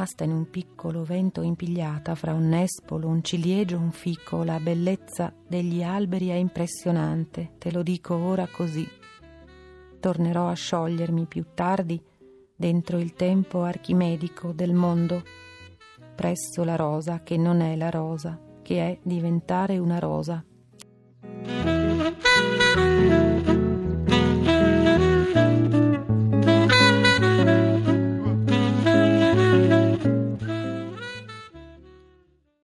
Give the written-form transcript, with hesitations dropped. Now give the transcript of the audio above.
rimasta in un piccolo vento impigliata fra un nespolo, un ciliegio, un fico. La bellezza degli alberi è impressionante, te lo dico ora così. Tornerò a sciogliermi più tardi dentro il tempo archimedico del mondo, presso la rosa che non è la rosa, che è diventare una rosa.